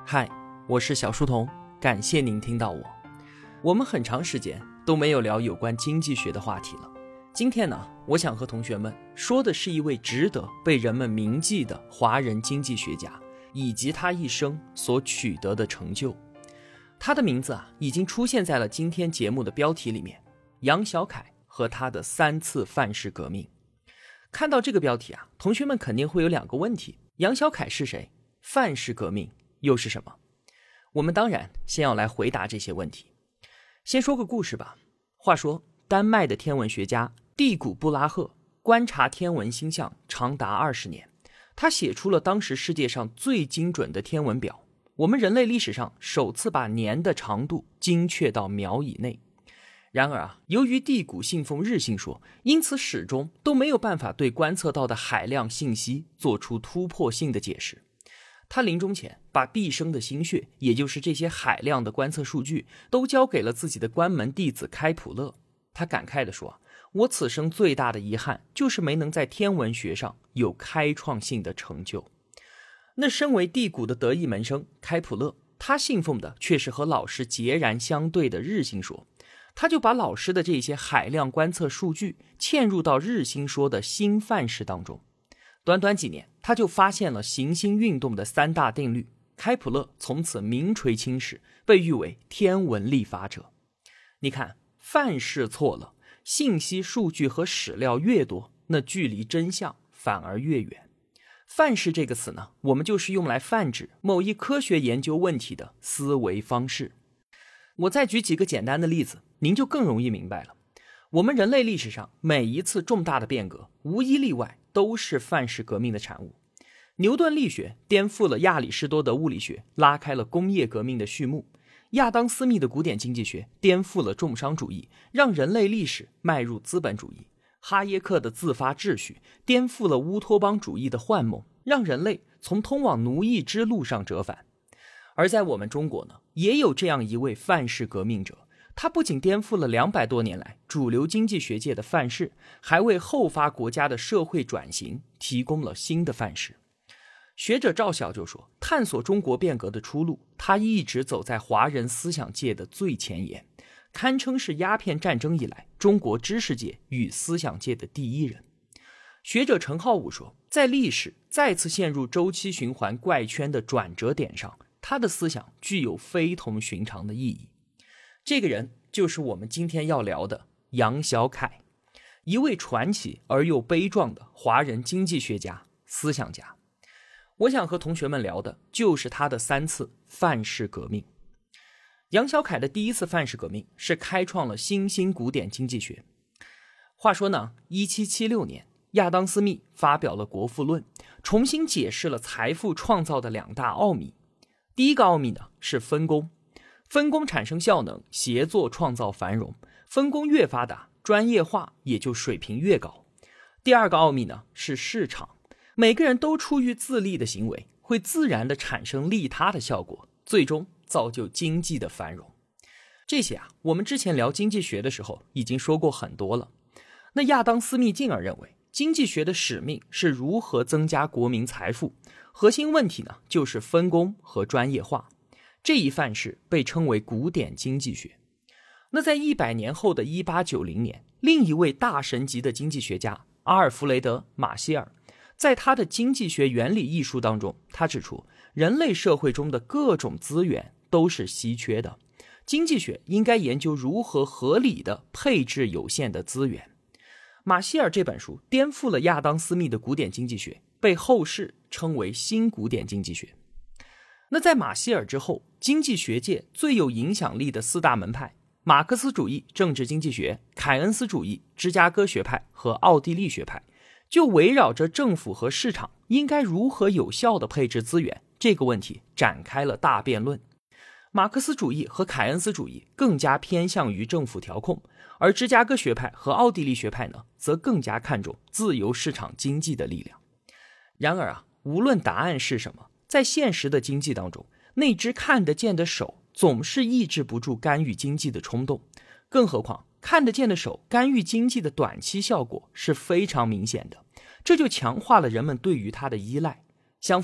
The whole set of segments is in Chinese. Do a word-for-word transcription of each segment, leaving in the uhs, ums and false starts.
嗨，我是小书童，感谢您听到我。我们很长时间都没有聊有关经济学的话题了。今天呢，我想和同学们说的是一位值得被人们铭记的华人经济学家，以及他一生所取得的成就。他的名字啊，已经出现在了今天节目的标题里面，杨小凯和他的三次范式革命。看到这个标题啊，同学们肯定会有两个问题：杨小凯是谁？范式革命又是什么？我们当然先要来回答这些问题。先说个故事吧。话说，丹麦的天文学家蒂古布拉赫观察天文星象长达二十年，他写出了当时世界上最精准的天文表。我们人类历史上首次把年的长度精确到秒以内。然而啊，由于蒂古信奉日心说，因此始终都没有办法对观测到的海量信息做出突破性的解释。他临终前把毕生的心血，也就是这些海量的观测数据，都交给了自己的关门弟子开普勒。他感慨地说，我此生最大的遗憾就是没能在天文学上有开创性的成就。那身为蒂古的得意门生开普勒，他信奉的却是和老师截然相对的日心说。他就把老师的这些海量观测数据嵌入到日心说的新范式当中。短短几年，他就发现了行星运动的三大定律。开普勒从此名垂青史，被誉为天文历法者。你看，范式错了，信息数据和史料越多，那距离真相反而越远。范式这个词呢，我们就是用来泛指某一科学研究问题的思维方式。我再举几个简单的例子，您就更容易明白了。我们人类历史上每一次重大的变革，无一例外都是范式革命的产物。牛顿力学颠覆了亚里士多德物理学，拉开了工业革命的序幕。亚当·斯密的古典经济学颠覆了重商主义，让人类历史迈入资本主义。哈耶克的自发秩序颠覆了乌托邦主义的幻梦，让人类从通往奴役之路上折返。而在我们中国呢，也有这样一位范式革命者，他不仅颠覆了两百多年来主流经济学界的范式，还为后发国家的社会转型提供了新的范式。学者赵晓就说，探索中国变革的出路，他一直走在华人思想界的最前沿，堪称是鸦片战争以来中国知识界与思想界的第一人。学者陈浩武说，在历史再次陷入周期循环怪圈的转折点上，他的思想具有非同寻常的意义。这个人就是我们今天要聊的杨小凯，一位传奇而又悲壮的华人经济学家、思想家。我想和同学们聊的就是他的三次范式革命。杨小凯的第一次范式革命是开创了新兴古典经济学。话说呢，一七七六年，亚当·斯密发表了《国富论》，重新解释了财富创造的两大奥秘。第一个奥秘呢是分工，分工产生效能，协作创造繁荣，分工越发达，专业化也就水平越高。第二个奥秘呢是市场，每个人都出于自利的行为，会自然的产生利他的效果，最终造就经济的繁荣。这些啊，我们之前聊经济学的时候已经说过很多了。那亚当·斯密进而认为，经济学的使命是如何增加国民财富，核心问题呢就是分工和专业化。这一范式被称为古典经济学。那在一百年后的一八九零年，另一位大神级的经济学家阿尔弗雷德·马歇尔，在他的《经济学原理》一书当中，他指出，人类社会中的各种资源都是稀缺的，经济学应该研究如何合理的配置有限的资源。马歇尔这本书颠覆了亚当·斯密的古典经济学，被后世称为新古典经济学。那在马歇尔之后，经济学界最有影响力的四大门派，马克思主义政治经济学、凯恩斯主义、芝加哥学派和奥地利学派，就围绕着政府和市场应该如何有效地配置资源这个问题展开了大辩论。马克思主义和凯恩斯主义更加偏向于政府调控，而芝加哥学派和奥地利学派呢，则更加看重自由市场经济的力量。然而啊，无论答案是什么，在现实的经济当中，那只看得见的手总是抑制不住干预经济的冲动，更何况看得见的手干预经济的短期效果是非常明显的，这就强化了人们对于它的依赖。相反，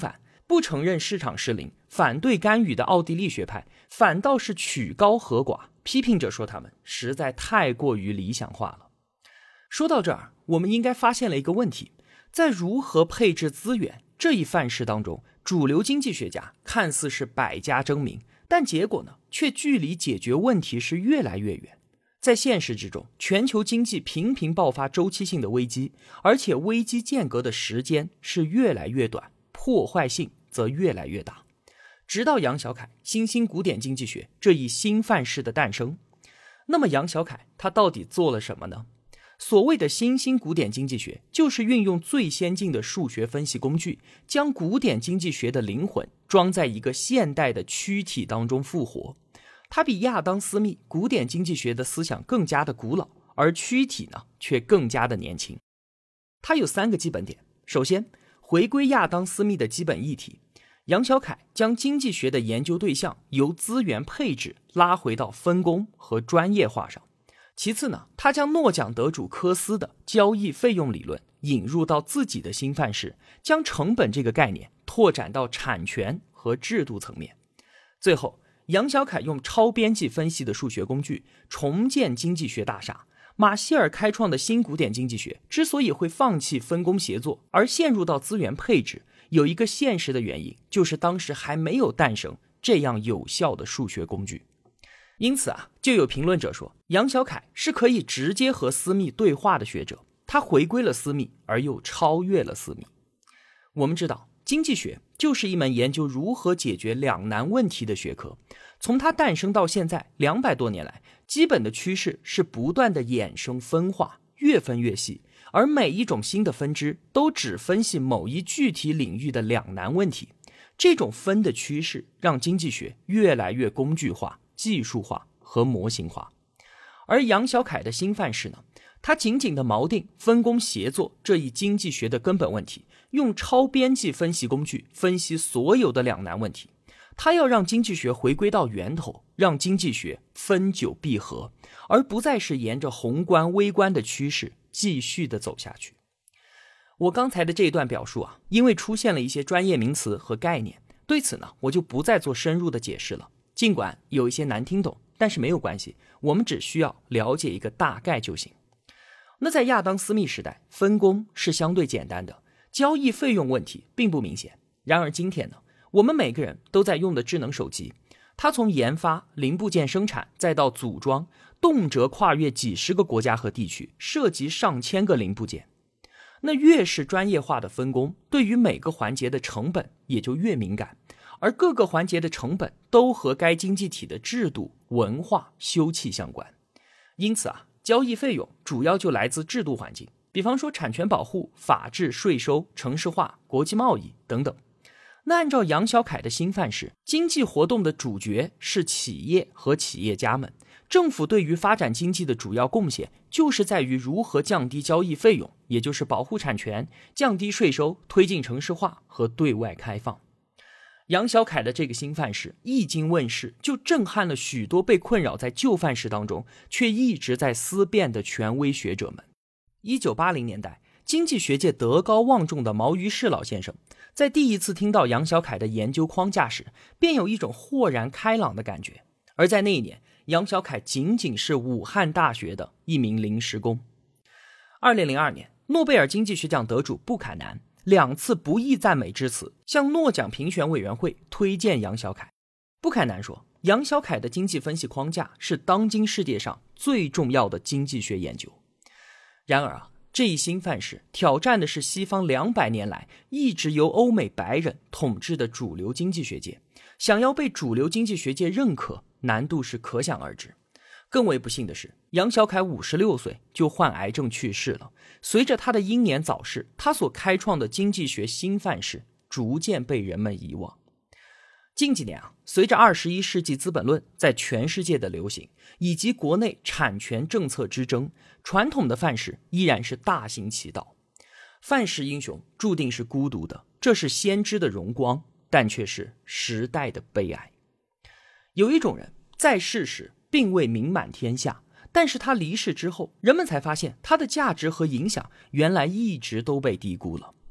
不承认市场失灵、反对干预的奥地利学派反倒是曲高和寡，批评者说他们实在太过于理想化了。说到这儿，我们应该发现了一个问题，在如何配置资源这一范式当中，主流经济学家看似是百家争鸣，但结果呢，却距离解决问题是越来越远。在现实之中，全球经济频频爆发周期性的危机，而且危机间隔的时间是越来越短，破坏性则越来越大。直到杨小凯新兴古典经济学这一新范式的诞生，那么杨小凯他到底做了什么呢？所谓的新兴古典经济学，就是运用最先进的数学分析工具，将古典经济学的灵魂装在一个现代的躯体当中复活。它比亚当·斯密古典经济学的思想更加的古老，而躯体呢，却更加的年轻。它有三个基本点。首先，回归亚当·斯密的基本议题，杨小凯将经济学的研究对象由资源配置拉回到分工和专业化上。其次呢，他将诺奖得主科斯的交易费用理论引入到自己的新范式，将成本这个概念拓展到产权和制度层面。最后，杨小凯用超边际分析的数学工具重建经济学大厦。马歇尔开创的新古典经济学之所以会放弃分工协作而陷入到资源配置，有一个现实的原因，就是当时还没有诞生这样有效的数学工具。因此啊，就有评论者说，杨小凯是可以直接和斯密对话的学者，他回归了斯密，而又超越了斯密。我们知道，经济学就是一门研究如何解决两难问题的学科，从它诞生到现在两百多年来，基本的趋势是不断的衍生分化，越分越细，而每一种新的分支都只分析某一具体领域的两难问题。这种分的趋势让经济学越来越工具化、技术化和模型化。而杨小凯的新范式呢，他紧紧地锚定分工协作这一经济学的根本问题，用超边际分析工具分析所有的两难问题。他要让经济学回归到源头，让经济学分久必合，而不再是沿着宏观微观的趋势继续的走下去。我刚才的这一段表述啊，因为出现了一些专业名词和概念，对此呢，我就不再做深入的解释了。尽管有一些难听懂，但是没有关系，我们只需要了解一个大概就行。那在亚当·斯密时代，分工是相对简单的，交易费用问题并不明显。然而今天呢，我们每个人都在用的智能手机，它从研发、零部件生产再到组装，动辄跨越几十个国家和地区，涉及上千个零部件。那越是专业化的分工，对于每个环节的成本也就越敏感，而各个环节的成本都和该经济体的制度、文化、休戚相关。因此啊，交易费用主要就来自制度环境，比方说产权保护、法治、税收、城市化、国际贸易等等。那按照杨小凯的新范式，经济活动的主角是企业和企业家们，政府对于发展经济的主要贡献就是在于如何降低交易费用，也就是保护产权、降低税收、推进城市化和对外开放。杨小凯的这个新范式一经问世，就震撼了许多被困扰在旧范式当中却一直在思辨的权威学者们。一九八零年代，经济学界德高望重的毛于轼老先生在第一次听到杨小凯的研究框架时，便有一种豁然开朗的感觉。而在那一年，杨小凯仅仅是武汉大学的一名临时工。二零零二年，诺贝尔经济学奖得主布坎南两次不易赞美之词向诺奖评选委员会推荐杨小凯。布坎南说，杨小凯的经济分析框架是当今世界上最重要的经济学研究。然而啊，这一新范式挑战的是西方两百年来一直由欧美白人统治的主流经济学界，想要被主流经济学界认可，难度是可想而知。更为不幸的是，杨小凯五十六岁就患癌症去世了。随着他的英年早逝，他所开创的经济学新范式逐渐被人们遗忘。近几年啊，随着二十一世纪资本论在全世界的流行，以及国内产权政策之争，传统的范式依然是大行其道。范式英雄注定是孤独的，这是先知的荣光，但却是时代的悲哀。有一种人在世时并未名满天下，但是他离世之后，人们才发现他的价值和影响原来一直都被低估了。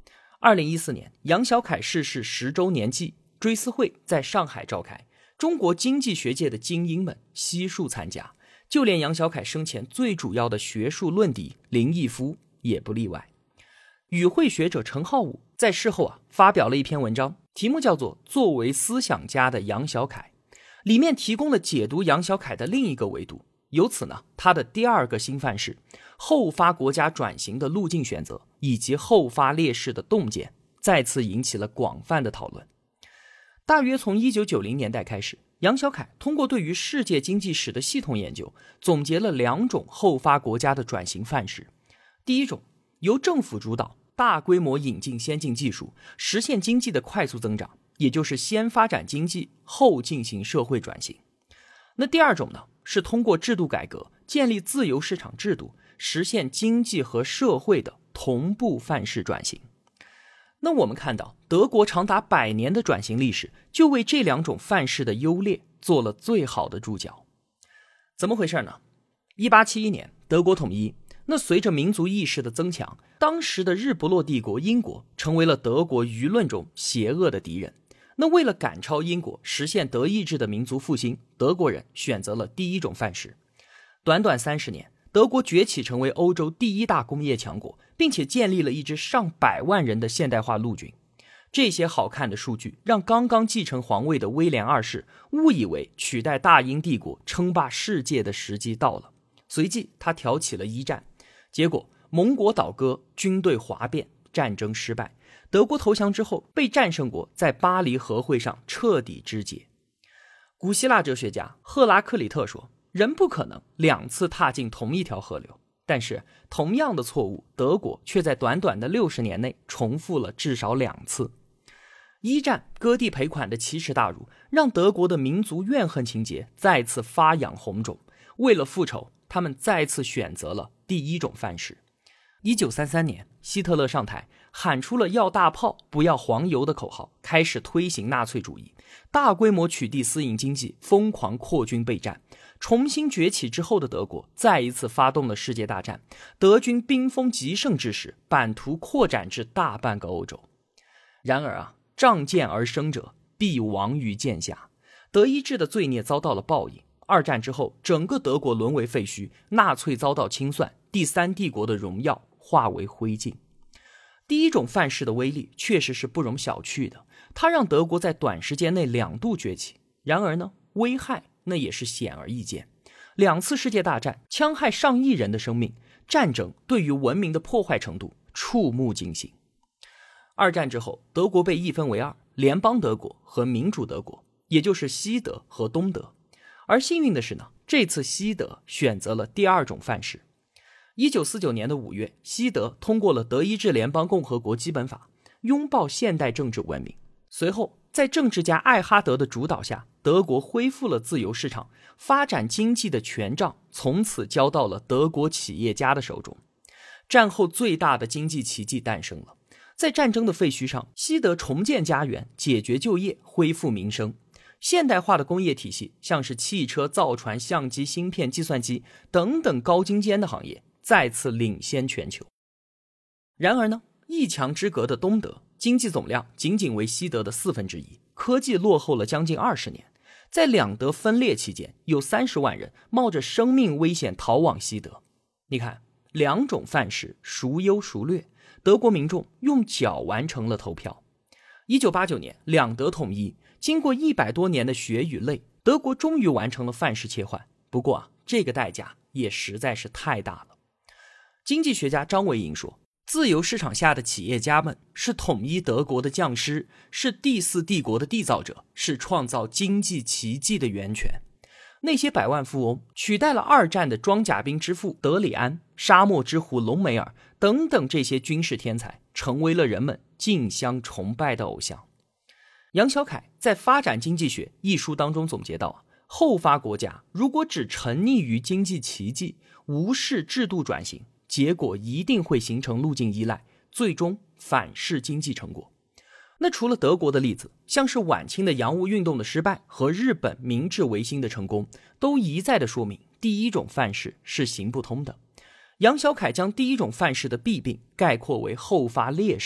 二零一四年，杨小凯逝世十周年祭追思会在上海召开，中国经济学界的精英们悉数参加，就连杨小凯生前最主要的学术论敌林毅夫也不例外。与会学者陈浩武在事后啊发表了一篇文章，题目叫做《作为思想家的杨小凯》，里面提供了解读杨小凯的另一个维度。由此呢，他的第二个新范式后发国家转型的路径选择以及后发劣势的洞见再次引起了广泛的讨论。大约从一九九零年代开始，杨小凯通过对于世界经济史的系统研究，总结了两种后发国家的转型范式。第一种，由政府主导，大规模引进先进技术，实现经济的快速增长，也就是先发展经济后进行社会转型。那第二种呢，是通过制度改革，建立自由市场制度，实现经济和社会的同步范式转型。那我们看到德国长达百年的转型历史，就为这两种范式的优劣做了最好的注脚。怎么回事呢？一八七一年德国统一，那随着民族意识的增强，当时的日不落帝国英国成为了德国舆论中邪恶的敌人。那为了赶超英国，实现德意志的民族复兴，德国人选择了第一种范式。短短三十年，德国崛起成为欧洲第一大工业强国，并且建立了一支上百万人的现代化陆军。这些好看的数据让刚刚继承皇位的威廉二世误以为取代大英帝国称霸世界的时机到了。随即他挑起了一战，结果盟国倒戈，军队哗变，战争失败。德国投降之后，被战胜国在巴黎和会上彻底肢解。古希腊哲学家赫拉克里特说，人不可能两次踏进同一条河流，但是同样的错误，德国却在短短的六十年内重复了至少两次。一战割地赔款的奇耻大辱，让德国的民族怨恨情节再次发养红肿。为了复仇，他们再次选择了第一种范式。一九三三年，希特勒上台，喊出了要大炮不要黄油的口号，开始推行纳粹主义，大规模取缔私营经济，疯狂扩军备战。重新崛起之后的德国再一次发动了世界大战，德军兵锋极盛之时，版图扩展至大半个欧洲。然而啊，仗剑而生者必亡于剑下，德意志的罪孽遭到了报应。二战之后，整个德国沦为废墟，纳粹遭到清算，第三帝国的荣耀化为灰烬。第一种范式的威力确实是不容小觑的，它让德国在短时间内两度崛起。然而呢，危害那也是显而易见。两次世界大战戕害上亿人的生命，战争对于文明的破坏程度触目惊心。二战之后，德国被一分为二，联邦德国和民主德国，也就是西德和东德。而幸运的是呢，这次西德选择了第二种范式。一九四九年的五月，西德通过了德意志联邦共和国基本法，拥抱现代政治文明。随后，在政治家艾哈德的主导下，德国恢复了自由市场，发展经济的权杖从此交到了德国企业家的手中。战后最大的经济奇迹诞生了。在战争的废墟上，西德重建家园，解决就业，恢复民生。现代化的工业体系，像是汽车、造船、相机、芯片、计算机等等高精尖的行业，再次领先全球。然而呢，一墙之隔的东德，经济总量仅仅为西德的四分之一，科技落后了将近二十年。在两德分裂期间，有三十万人冒着生命危险逃往西德。你看，两种范式孰优孰劣，德国民众用脚完成了投票。一九八九年，两德统一，经过一百多年的血与泪，德国终于完成了范式切换。不过啊，这个代价也实在是太大了。经济学家张维迎说，自由市场下的企业家们是统一德国的匠师，是第四帝国的缔造者，是创造经济奇迹的源泉。那些百万富翁取代了二战的装甲兵之父德里安、沙漠之狐隆美尔等等这些军事天才，成为了人们竞相崇拜的偶像。杨小凯在《发展经济学》一书当中总结到啊，后发国家如果只沉溺于经济奇迹，无视制度转型，结果一定会形成路径依赖，最终反噬经济成果。那除了德国的例子，像是晚清的洋务运动的失败和日本明治维新的成功，都一再的说明第一种范式是行不通的。杨小凯将第一种范式的弊病概括为后发劣势，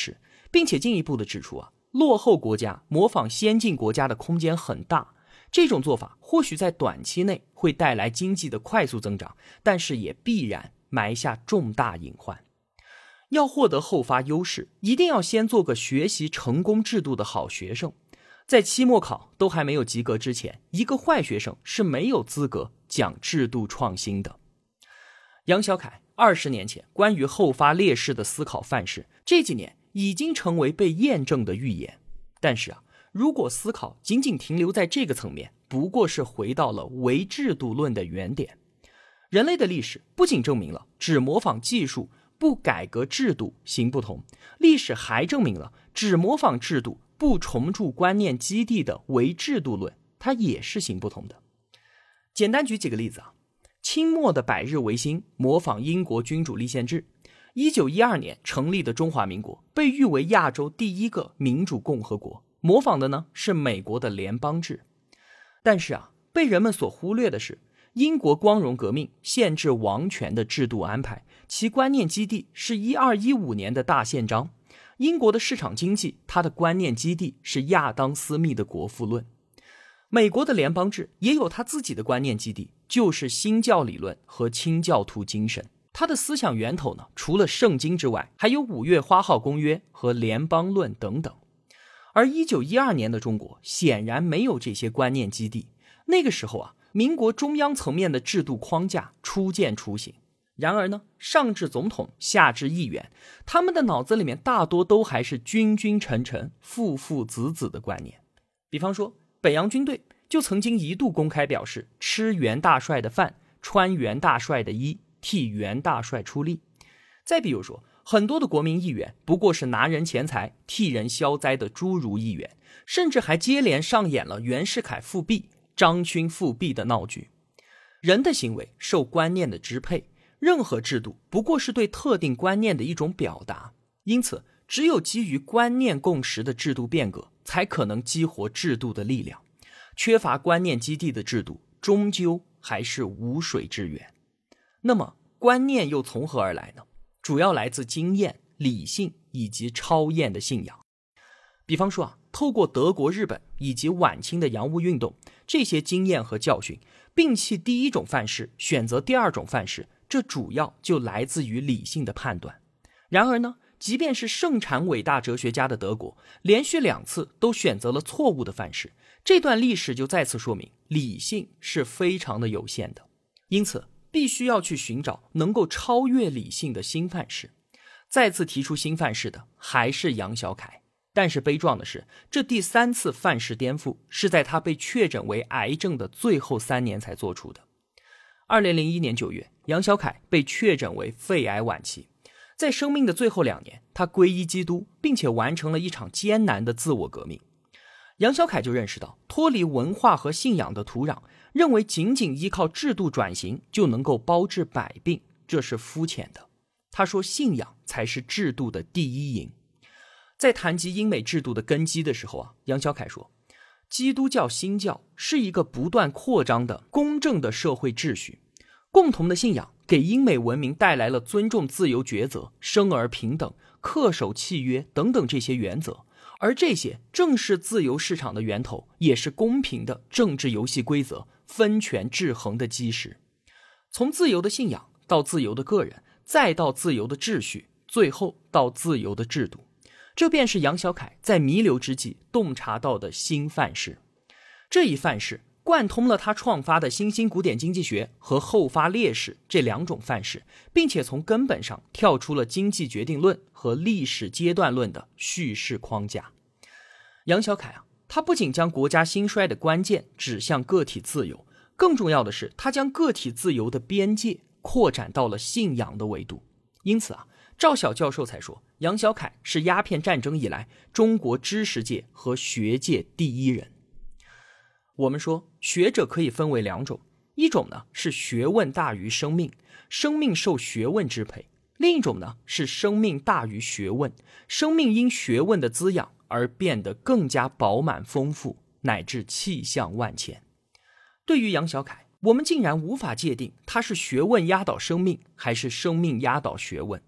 并且进一步的指出啊，落后国家模仿先进国家的空间很大，这种做法或许在短期内会带来经济的快速增长，但是也必然埋下重大隐患。要获得后发优势，一定要先做个学习成功制度的好学生。在期末考都还没有及格之前，一个坏学生是没有资格讲制度创新的。杨小凯二十年前关于后发劣势的思考范式，这几年已经成为被验证的预言。但是啊，如果思考仅仅停留在这个层面，不过是回到了唯制度论的原点。人类的历史不仅证明了只模仿技术不改革制度行不通，历史还证明了只模仿制度不重铸观念基地的唯制度论，它也是行不通的。简单举几个例子啊，清末的百日维新模仿英国君主立宪制，一九一二年成立的中华民国被誉为亚洲第一个民主共和国，模仿的呢是美国的联邦制。但是啊，被人们所忽略的是，英国光荣革命限制王权的制度安排，其观念基地是一二一五年的大宪章。英国的市场经济，它的观念基地是亚当斯密的国富论。美国的联邦制也有它自己的观念基地，就是新教理论和清教徒精神。它的思想源头呢，除了圣经之外，还有五月花号公约和联邦论等等。而一九一二年的中国显然没有这些观念基地，那个时候啊，民国中央层面的制度框架初见雏形。然而呢，上至总统，下至议员，他们的脑子里面大多都还是君君臣臣、父父子子的观念。比方说，北洋军队就曾经一度公开表示，吃袁大帅的饭，穿袁大帅的衣，替袁大帅出力。再比如说，很多的国民议员不过是拿人钱财替人消灾的侏儒议员，甚至还接连上演了袁世凯复辟、张勋复辟的闹剧。人的行为受观念的支配，任何制度不过是对特定观念的一种表达，因此只有基于观念共识的制度变革，才可能激活制度的力量。缺乏观念基地的制度，终究还是无水之源。那么观念又从何而来呢？主要来自经验、理性以及超验的信仰。比方说啊，透过德国、日本以及晚清的洋务运动这些经验和教训，摒弃第一种范式，选择第二种范式，这主要就来自于理性的判断。然而呢，即便是盛产伟大哲学家的德国，连续两次都选择了错误的范式，这段历史就再次说明理性是非常的有限的。因此必须要去寻找能够超越理性的新范式。再次提出新范式的还是杨小凯，但是悲壮的是，这第三次范式颠覆是在他被确诊为癌症的最后三年才做出的。二零零一年九月，杨小凯被确诊为肺癌晚期，在生命的最后两年，他皈依基督，并且完成了一场艰难的自我革命。杨小凯就认识到，脱离文化和信仰的土壤，认为仅仅依靠制度转型就能够包治百病，这是肤浅的。他说，信仰才是制度的第一营。在谈及英美制度的根基的时候啊，杨小凯说，基督教新教是一个不断扩张的公正的社会秩序，共同的信仰给英美文明带来了尊重自由抉择、生而平等、恪守契约等等这些原则，而这些正是自由市场的源头，也是公平的政治游戏规则、分权制衡的基石。从自由的信仰到自由的个人，再到自由的秩序，最后到自由的制度，这便是杨小凯在弥留之际洞察到的新范式。这一范式贯通了他创发的新兴古典经济学和后发劣势这两种范式，并且从根本上跳出了经济决定论和历史阶段论的叙事框架。杨小凯啊，他不仅将国家兴衰的关键指向个体自由，更重要的是，他将个体自由的边界扩展到了信仰的维度。因此啊，赵晓教授才说，杨小凯是鸦片战争以来中国知识界和学界第一人。我们说，学者可以分为两种，一种呢是学问大于生命，生命受学问支配；另一种呢是生命大于学问，生命因学问的滋养而变得更加饱满丰富，乃至气象万千。对于杨小凯，我们竟然无法界定他是学问压倒生命，还是生命压倒学问。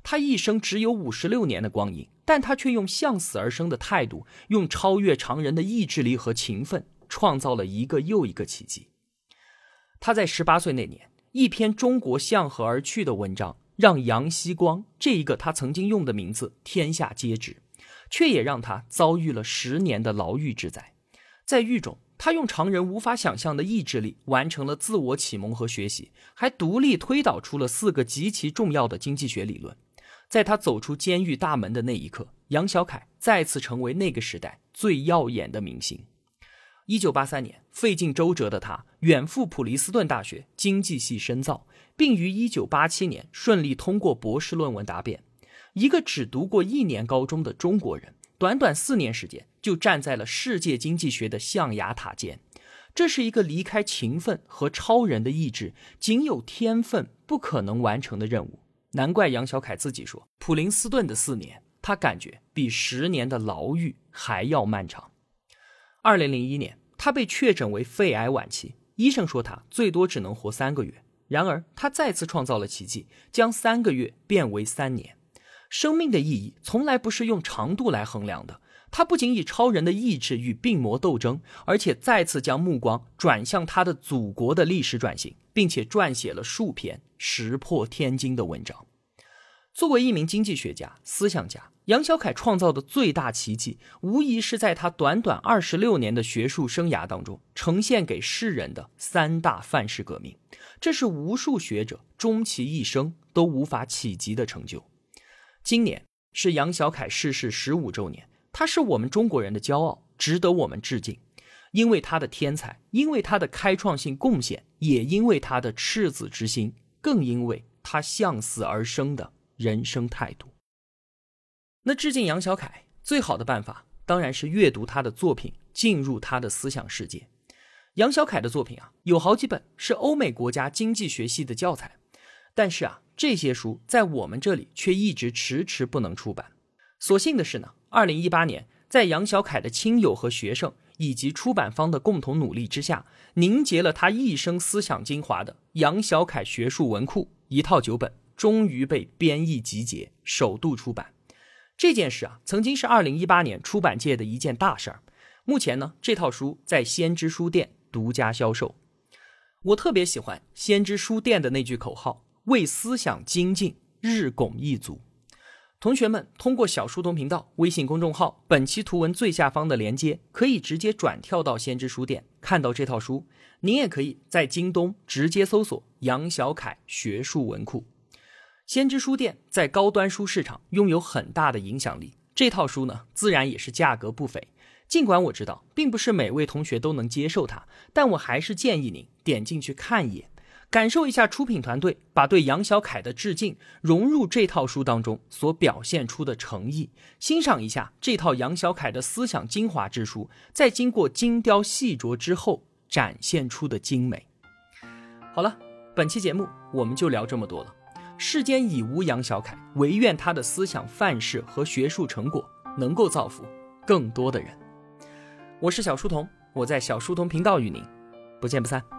他一生只有五十六年的光阴，但他却用向死而生的态度，用超越常人的意志力和勤奋，创造了一个又一个奇迹。他在十八岁那年，一篇《中国向何而去》的文章，让杨希光这一个他曾经用的名字天下皆知，却也让他遭遇了十年的牢狱之灾。在狱中，他用常人无法想象的意志力完成了自我启蒙和学习，还独立推导出了四个极其重要的经济学理论。在他走出监狱大门的那一刻，杨小凯再次成为那个时代最耀眼的明星。一九八三年，费尽周折的他远赴普林斯顿大学经济系深造，并于一九八七年顺利通过博士论文答辩。一个只读过一年高中的中国人，短短四年时间就站在了世界经济学的象牙塔尖。这是一个离开勤奋和超人的意志，仅有天分不可能完成的任务。难怪杨小凯自己说，普林斯顿的四年，他感觉比十年的牢狱还要漫长。二零零一年，他被确诊为肺癌晚期，医生说他最多只能活三个月。然而，他再次创造了奇迹，将三个月变为三年。生命的意义从来不是用长度来衡量的。他不仅以超人的意志与病魔斗争，而且再次将目光转向他的祖国的历史转型，并且撰写了数篇石破天惊的文章。作为一名经济学家、思想家，杨小凯创造的最大奇迹，无疑是在他短短二十六年的学术生涯当中，呈现给世人的三大范式革命。这是无数学者终其一生都无法企及的成就。今年是杨小凯逝世十五周年，他是我们中国人的骄傲，值得我们致敬。因为他的天才，因为他的开创性贡献，也因为他的赤子之心，更因为他向死而生的人生态度。那致敬杨小凯最好的办法当然是阅读他的作品，进入他的思想世界。杨小凯的作品啊，有好几本是欧美国家经济学系的教材，但是啊，这些书在我们这里却一直迟迟不能出版。所幸的是呢，二零一八年，在杨小凯的亲友和学生以及出版方的共同努力之下，凝结了他一生思想精华的杨小凯学术文库一套九本终于被编译集结，首度出版。这件事啊，曾经是二零一八年出版界的一件大事儿。目前呢，这套书在先知书店独家销售。我特别喜欢先知书店的那句口号：为思想精进，日拱一卒。同学们通过小书童频道微信公众号本期图文最下方的连接，可以直接转跳到先知书店，看到这套书。您也可以在京东直接搜索杨小凯学术文库。先知书店在高端书市场拥有很大的影响力，这套书呢，自然也是价格不菲。尽管我知道并不是每位同学都能接受它，但我还是建议您点进去看一眼，感受一下出品团队把对杨小凯的致敬融入这套书当中所表现出的诚意，欣赏一下这套杨小凯的思想精华之书在经过精雕细琢之后展现出的精美。好了，本期节目我们就聊这么多了。世间已无杨小凯，唯愿他的思想范式和学术成果能够造福更多的人。我是小书童，我在小书童频道与您不见不散。